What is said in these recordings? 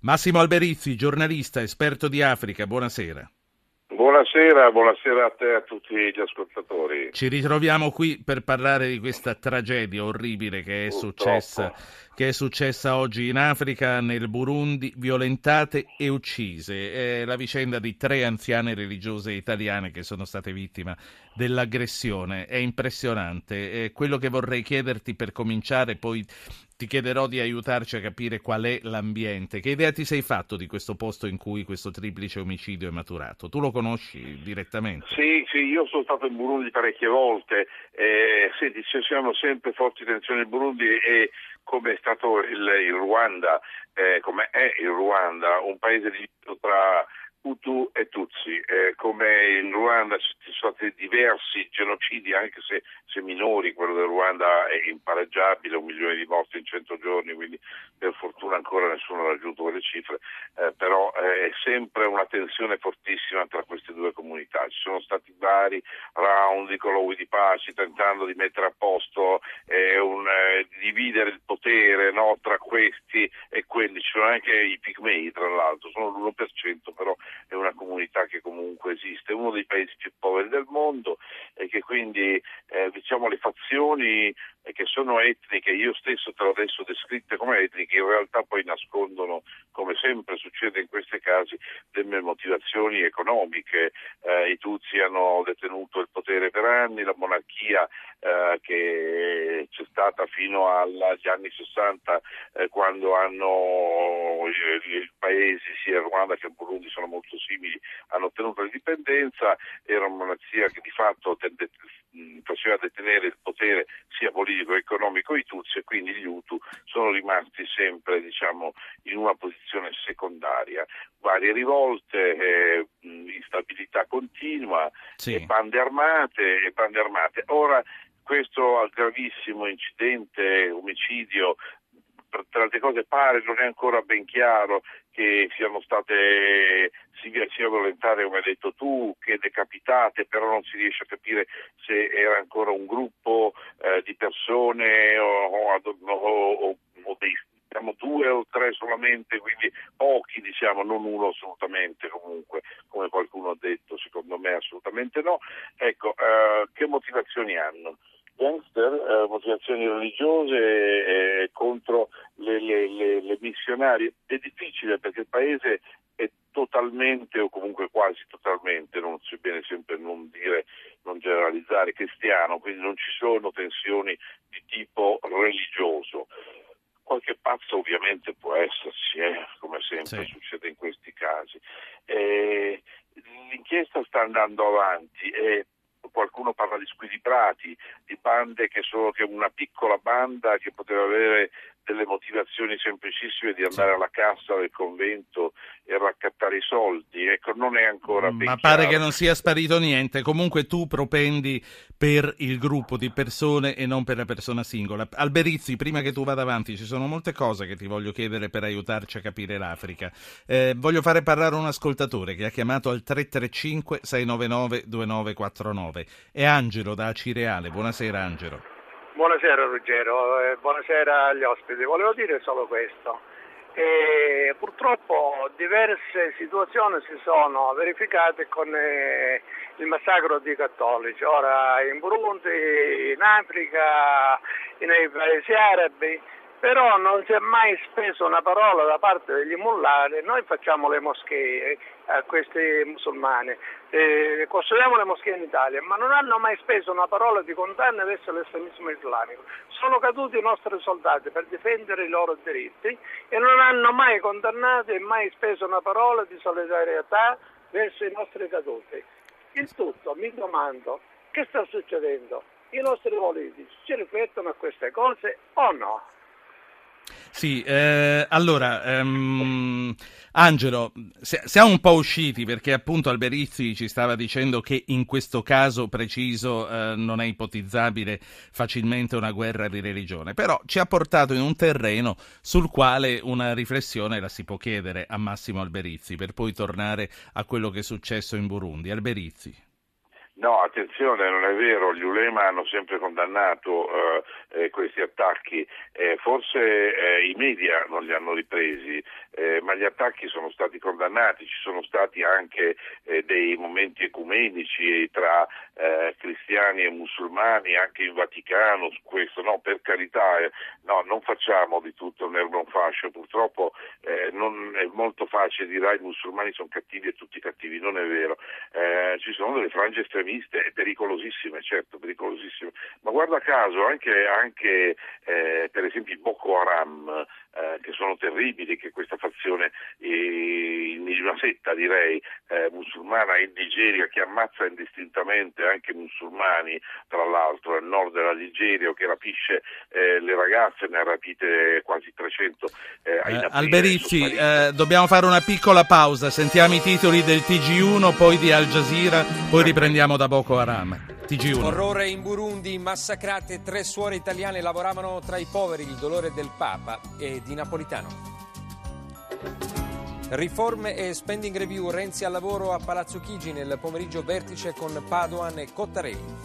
Massimo Alberizzi, giornalista, esperto di Africa, buonasera. Buonasera a te e a tutti gli ascoltatori. Ci ritroviamo qui per parlare di questa tragedia orribile che è successa oggi in Africa, nel Burundi, violentate e uccise. È la vicenda di 3 anziane religiose italiane che sono state vittime dell'aggressione. È impressionante. Quello che vorrei chiederti per cominciare, poi ti chiederò di aiutarci a capire qual è l'ambiente. Che idea ti sei fatto di questo posto in cui questo triplice omicidio è maturato? Tu lo conosci direttamente? Sì, io sono stato in Burundi parecchie volte. Senti, ci sono sempre forti tensioni in Burundi e come è stato il Ruanda, come è il Ruanda, un paese diviso tra Hutu e Tutsi. Come in Ruanda ci sono stati diversi genocidi, anche se minori. Quello del Ruanda è impareggiabile, 1 milione di morti in 100 giorni, quindi per fortuna ancora nessuno ha raggiunto quelle cifre, però è sempre una tensione fortissima tra queste due comunità. Ci sono stati vari round di colloqui di pace tentando di mettere a posto di dividere il potere, no, tra questi e quelli. Ci sono anche i pigmei, tra l'altro, sono l'1%, però è una comunità che comunque esiste, è uno dei paesi più poveri del mondo e che quindi le fazioni che sono etniche, io stesso te l'ho adesso descritte come etniche, in realtà poi nascondono, come sempre succede in questi casi, delle motivazioni economiche. I Tutsi hanno detenuto il potere per anni, la monarchia che c'è stata fino agli anni 60, quando i paesi, sia il Rwanda che il Burundi sono molto simili, hanno ottenuto l'indipendenza. Era una monarchia che di fatto faceva detenere il potere sia politico che economico i Tutsi, e quindi gli Hutu sono rimasti sempre, in una posizione secondaria. Varie rivolte, instabilità continua, sì. e bande armate. Ora questo gravissimo incidente, omicidio, tra altre cose pare, non è ancora ben chiaro che siano state sia volontari, come hai detto tu, che decapitate, però non si riesce a capire se era ancora un gruppo di persone o dei 2 o 3 solamente, quindi pochi, non uno assolutamente, comunque, come qualcuno ha detto, secondo me assolutamente no. Ecco, che motivazioni hanno? Gangster, motivazioni religiose contro le missionarie. È difficile perché il paese è totalmente, o comunque quasi totalmente, non si bene sempre non generalizzare, cristiano, quindi non ci sono tensioni di tipo religioso. Qualche pazzo ovviamente può esserci, come sempre succede in questi casi. L'inchiesta sta andando avanti e qualcuno parla di squilibrati, di bande che una piccola banda che poteva avere delle motivazioni semplicissime di andare alla cassa del convento e raccattare i soldi. Ecco, non è ancora ben Ma pare chiaro. che non sia sparito niente. Comunque tu propendi per il gruppo di persone e non per la persona singola. Alberizzi, prima che tu vada avanti, ci sono molte cose che ti voglio chiedere per aiutarci a capire l'Africa. Voglio fare parlare un ascoltatore che ha chiamato al 335-699-2949. È Angelo da Acireale. Buonasera Angelo. Buonasera Ruggero, buonasera agli ospiti. Volevo dire solo questo. Purtroppo diverse situazioni si sono verificate con il massacro di cattolici, ora in Burundi, in Africa, nei paesi arabi, però non si è mai speso una parola da parte degli mullari. Noi facciamo le moschee a questi musulmani, costruiamo le moschee in Italia, ma non hanno mai speso una parola di condanna verso l'estremismo islamico. Sono caduti i nostri soldati per difendere i loro diritti e non hanno mai condannato e mai speso una parola di solidarietà verso i nostri caduti. Il tutto, mi domando, che sta succedendo? I nostri politici ci riflettono a queste cose o no? Sì, allora, Angelo, siamo un po' usciti perché appunto Alberizzi ci stava dicendo che in questo caso preciso non è ipotizzabile facilmente una guerra di religione, però ci ha portato in un terreno sul quale una riflessione la si può chiedere a Massimo Alberizzi per poi tornare a quello che è successo in Burundi. Alberizzi. No, attenzione, non è vero, gli ulema hanno sempre condannato questi attacchi, forse i media non li hanno ripresi, ma gli attacchi sono stati condannati, ci sono stati anche dei momenti ecumenici tra cristiani e musulmani, anche in Vaticano, su questo, no, per carità, no, non facciamo di tutto l'erba un fascio, purtroppo non è molto facile dire i musulmani sono cattivi e tutti cattivi, non è vero, ci sono delle frange estremiste e pericolosissime, certo, pericolosissime, ma guarda caso anche per esempio i Boko Haram, che sono terribili, che questa fazione di una setta direi musulmana in Nigeria che ammazza indistintamente anche musulmani, tra l'altro nel nord della Nigeria, o che rapisce le ragazze, ne ha rapite quasi 300 Alberizzi, dobbiamo fare una piccola pausa, sentiamo i titoli del TG1, poi di Al Jazeera, poi riprendiamo da Boko Haram. TG1. Orrore in Burundi, massacrate 3 suore italiane, lavoravano tra i poveri, il dolore del Papa e di Napolitano. Riforme e spending review, Renzi al lavoro a Palazzo Chigi, nel pomeriggio vertice con Padoan e Cottarelli.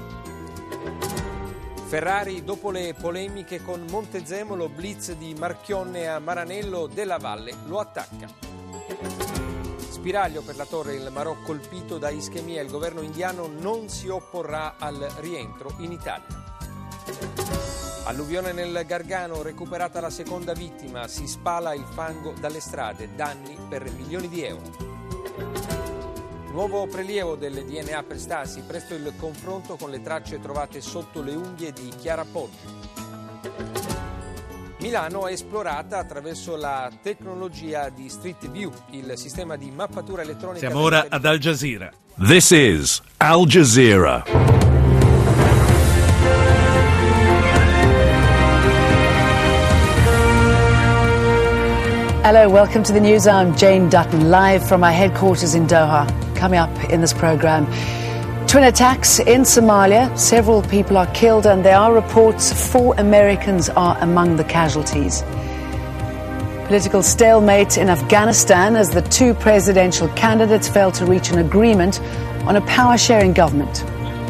Ferrari, dopo le polemiche con Montezemolo, blitz di Marchionne a Maranello, Della Valle lo attacca. Spiraglio per la torre, il Marò colpito da ischemia, il governo indiano non si opporrà al rientro in Italia. Alluvione nel Gargano, recuperata la seconda vittima, si spala il fango dalle strade, danni per milioni di euro. Nuovo prelievo del DNA per Stasi, presto il confronto con le tracce trovate sotto le unghie di Chiara Poggi. Milano è esplorata attraverso la tecnologia di Street View, il sistema di mappatura elettronica. Siamo ora ad Al Jazeera. This is Al Jazeera. Hello, welcome to the news. I'm Jane Dutton, live from our headquarters in Doha. Coming up in this program, twin attacks in Somalia. Several people are killed and there are reports 4 Americans are among the casualties. Political stalemate in Afghanistan as the 2 presidential candidates failed to reach an agreement on a power-sharing government.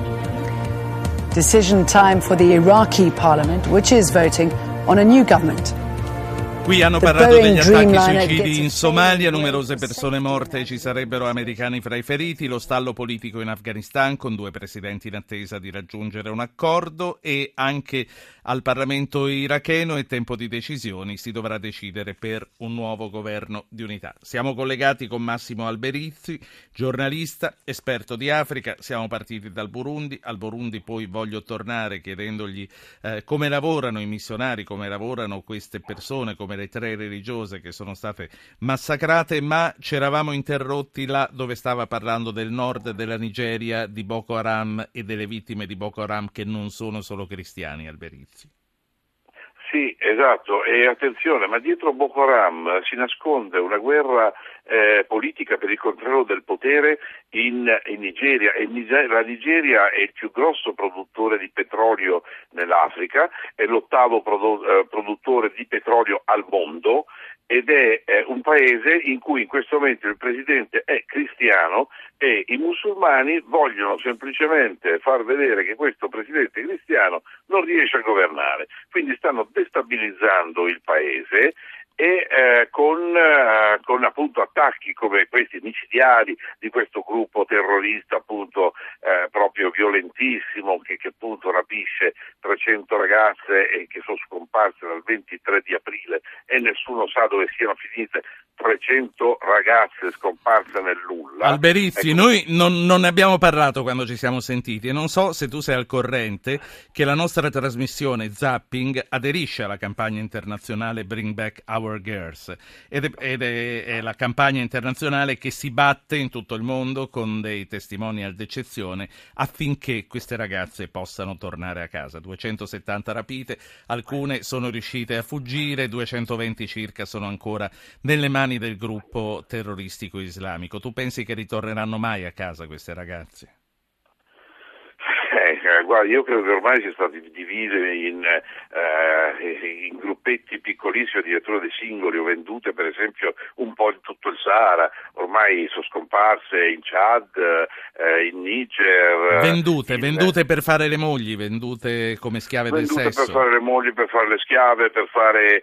Decision time for the Iraqi parliament, which is voting on a new government. Qui hanno parlato degli attacchi suicidi in Somalia, numerose persone morte, ci sarebbero americani fra i feriti, lo stallo politico in Afghanistan con 2 presidenti in attesa di raggiungere un accordo e anche al Parlamento iracheno è tempo di decisioni, si dovrà decidere per un nuovo governo di unità. Siamo collegati con Massimo Alberizzi, giornalista, esperto di Africa, siamo partiti dal Burundi, al Burundi poi voglio tornare chiedendogli come lavorano i missionari, come lavorano queste persone, come le 3 religiose che sono state massacrate, ma ci eravamo interrotti là dove stava parlando del nord della Nigeria, di Boko Haram e delle vittime di Boko Haram che non sono solo cristiani, Alberizzi. Sì, esatto, e attenzione, ma dietro Boko Haram si nasconde una guerra politica per il controllo del potere in Nigeria, e la Nigeria è il più grosso produttore di petrolio nell'Africa, è l'8º produttore di petrolio al mondo ed è un paese in cui in questo momento il presidente è cristiano e i musulmani vogliono semplicemente far vedere che questo presidente cristiano non riesce a governare, quindi stanno destabilizzando il paese e con appunto attacchi come questi micidiali di questo gruppo terrorista appunto proprio violentissimo che appunto rapisce 300 ragazze e che sono scomparse dal 23 di aprile e nessuno sa dove siano finite 300 ragazze scomparse nel nulla. Alberizzi, ecco, noi non ne abbiamo parlato quando ci siamo sentiti e non so se tu sei al corrente che la nostra trasmissione Zapping aderisce alla campagna internazionale Bring Back Our Girls ed è la campagna internazionale che si batte in tutto il mondo con dei testimonial d'eccezione affinché queste ragazze possano tornare a casa. 270 rapite, alcune sono riuscite a fuggire, 220 circa sono ancora nelle mani del gruppo terroristico islamico. Tu pensi che ritorneranno mai a casa queste ragazze? Guarda, io credo che ormai sia stato diviso in gruppetti piccolissimi, addirittura dei singoli, o vendute per esempio un po' in tutto il Sahara. Ormai ormai sono scomparse in Chad, in Niger. Vendute per fare le mogli, vendute come schiave del sesso. Vendute per fare le mogli, per fare le schiave, per fare,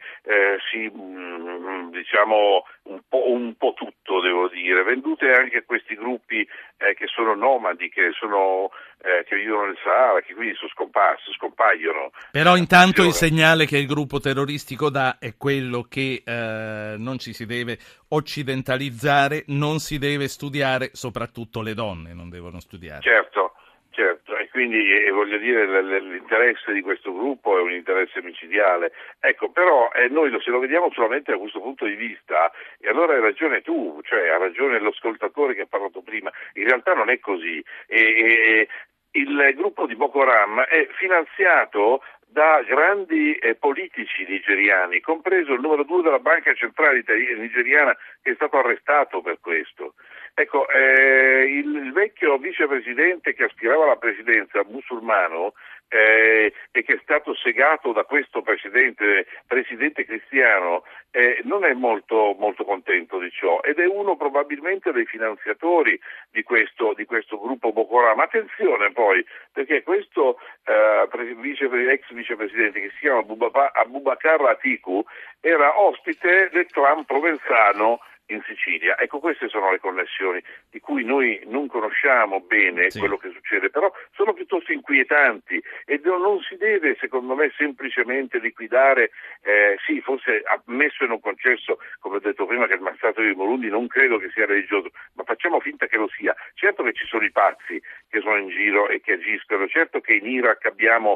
diciamo, un po' tutto, devo dire. Vendute anche a questi gruppi che sono nomadi, che vivono nel Sahara, che quindi sono scomparsi, scompaiono. Però intanto il segnale che il gruppo terroristico dà è quello che non ci si deve occidentalizzare, non si deve studiare, soprattutto le donne non devono studiare. Certo, e quindi voglio dire l'interesse di questo gruppo è un interesse micidiale. Ecco, però noi se lo vediamo solamente da questo punto di vista, e allora hai ragione tu, cioè ha ragione l'ascoltatore che ha parlato prima, in realtà non è così. Il gruppo di Boko Haram è finanziato da grandi politici nigeriani, compreso il numero 2 della banca centrale nigeriana, che è stato arrestato per questo. Ecco, il vecchio vicepresidente che aspirava alla presidenza, musulmano, e che è stato segato da questo presidente cristiano, non è molto contento di ciò, ed è uno probabilmente dei finanziatori di questo gruppo Boko Haram. Attenzione poi, perché questo ex vicepresidente, che si chiama Abubakar Atiku, era ospite del clan provenzano in Sicilia. Ecco, queste sono le connessioni di cui noi non conosciamo bene quello che succede, però sono piuttosto inquietanti e non si deve, secondo me, semplicemente liquidare, forse ammesso e non concesso, come ho detto prima, che il massacro di Burundi non credo che sia religioso, ma facciamo finta che lo sia. Certo che ci sono i pazzi che sono in giro e che agiscono, certo che in Iraq abbiamo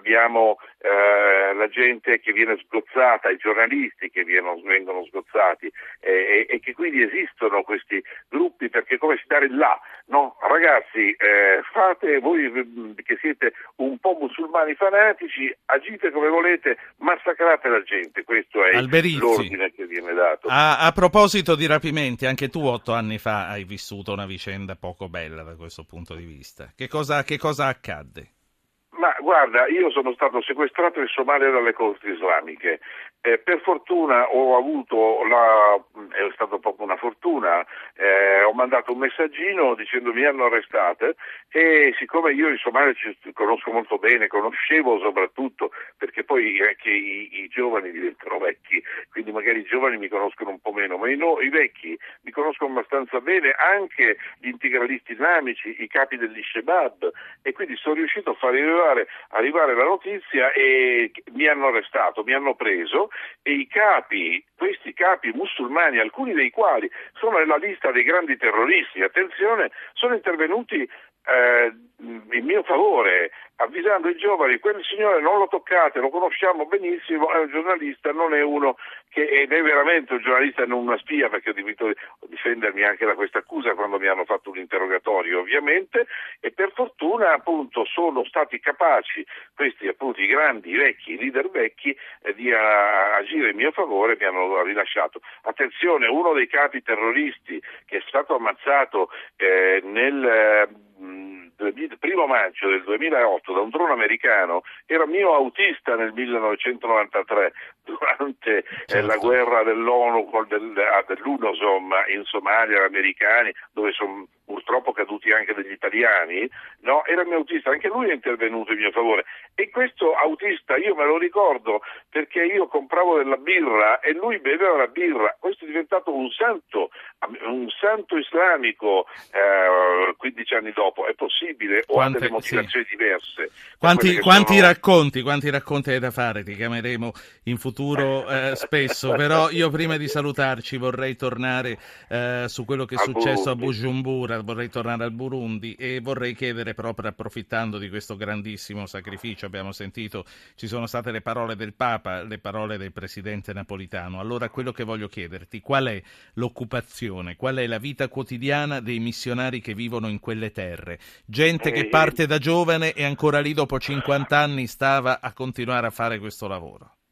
la gente che viene sgozzata, i giornalisti che vengono sgozzati, e che quindi esistono questi gruppi, perché come si dare là, no? Ragazzi, fate voi che siete un po' musulmani fanatici, agite come volete, massacrate la gente, questo è l'ordine che viene dato. A proposito di rapimenti, anche tu 8 anni fa hai vissuto una vicenda poco bella da questo punto di vista. Che cosa accadde? Ma guarda, io sono stato sequestrato in Somalia dalle corti islamiche. Per fortuna ho avuto è stata proprio una fortuna, ho mandato un messaggino dicendo mi hanno arrestate, e siccome io in Somalia ci conosco molto bene, conoscevo soprattutto, perché poi anche i giovani diventano vecchi, quindi magari i giovani mi conoscono un po' meno, ma i vecchi mi conoscono abbastanza bene, anche gli integralisti islamici, i capi degli Shebab, e quindi sono riuscito a far arrivare la notizia e mi hanno arrestato, mi hanno preso, e questi capi musulmani, alcuni dei quali sono nella lista dei grandi terroristi, attenzione, sono intervenuti in mio favore, avvisando i giovani: quel signore non lo toccate, lo conosciamo benissimo, è un giornalista, non è uno ed è veramente un giornalista e non una spia, perché ho dovuto difendermi anche da questa accusa quando mi hanno fatto un interrogatorio, ovviamente, e per fortuna appunto sono stati capaci questi appunto i grandi vecchi, i leader vecchi, di agire in mio favore, mi hanno rilasciato. Attenzione, uno dei capi terroristi che è stato ammazzato nel 1° maggio del 2008 da un drone americano era mio autista nel 1993 durante la guerra dell'ONU dell'UNOSOM in Somalia, americani, dove sono purtroppo caduti anche degli italiani, no? Era mio autista, anche lui è intervenuto in mio favore, e questo autista io me lo ricordo perché io compravo della birra e lui beveva la birra. Questo è diventato un santo islamico 15 anni dopo. È possibile? O ha delle motivazioni diverse? Quanti racconti hai da fare? Ti chiameremo in futuro spesso, però io prima di salutarci vorrei tornare su quello che è successo a Bujumbura, vorrei tornare al Burundi e vorrei chiedere, proprio approfittando di questo grandissimo sacrificio, abbiamo sentito, ci sono state le parole del Papa, le parole del Presidente Napolitano. Allora quello che voglio chiederti: qual è l'occupazione, qual è la vita quotidiana dei missionari che vivono in quelle terre? Gente che parte da giovane e ancora lì dopo 50 anni stava a continuare a fare questo lavoro.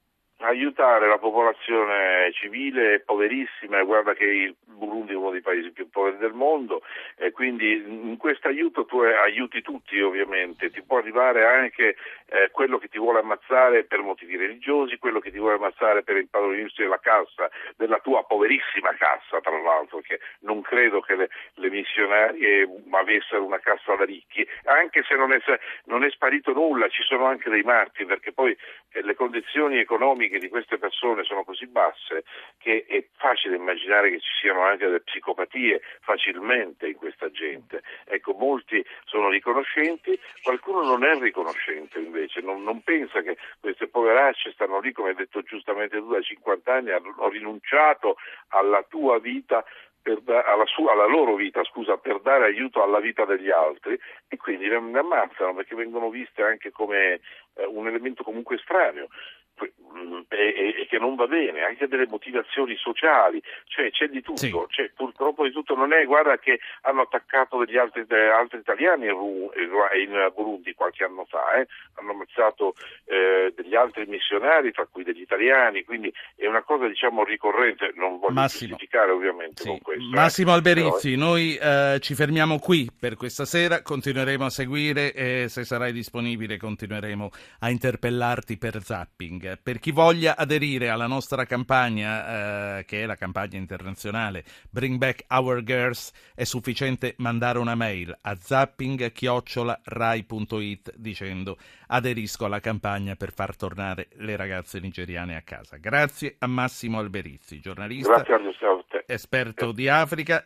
aiutare la popolazione civile poverissima, e guarda che il Burundi è uno dei paesi più poveri del mondo, e quindi in questo aiuto tu aiuti tutti ovviamente, ti può arrivare anche quello che ti vuole ammazzare per motivi religiosi, quello che ti vuole ammazzare per impadronirsi della cassa, della tua poverissima cassa tra l'altro, che non credo che le missionarie avessero una cassa da ricchi, anche se non è sparito nulla, ci sono anche dei martiri, perché poi le condizioni economiche di queste persone sono così basse che è facile immaginare che ci siano anche delle psicopatie facilmente in questa gente. Ecco, molti sono riconoscenti, qualcuno non è riconoscente invece, non pensa che queste poveracce stanno lì, come hai detto giustamente tu, da 50 anni, hanno rinunciato alla tua vita, alla loro vita, per dare aiuto alla vita degli altri, e quindi ne ammazzano perché vengono viste anche come un elemento comunque estraneo e che non va bene, anche delle motivazioni sociali, cioè c'è di tutto, Sì. Purtroppo di tutto. Non è, guarda che hanno attaccato degli altri italiani in Burundi qualche anno fa, hanno ammazzato degli altri missionari, tra cui degli italiani, quindi è una cosa ricorrente, non voglio giustificare ovviamente con questo. Massimo Alberizzi, noi ci fermiamo qui per questa sera, continueremo a seguire e se sarai disponibile continueremo a interpellarti per zapping. Per chi voglia aderire alla nostra campagna, che è la campagna internazionale Bring Back Our Girls, è sufficiente mandare una mail a zapping@rai.it dicendo aderisco alla campagna per far tornare le ragazze nigeriane a casa. Grazie a Massimo Alberizzi, giornalista, esperto di Africa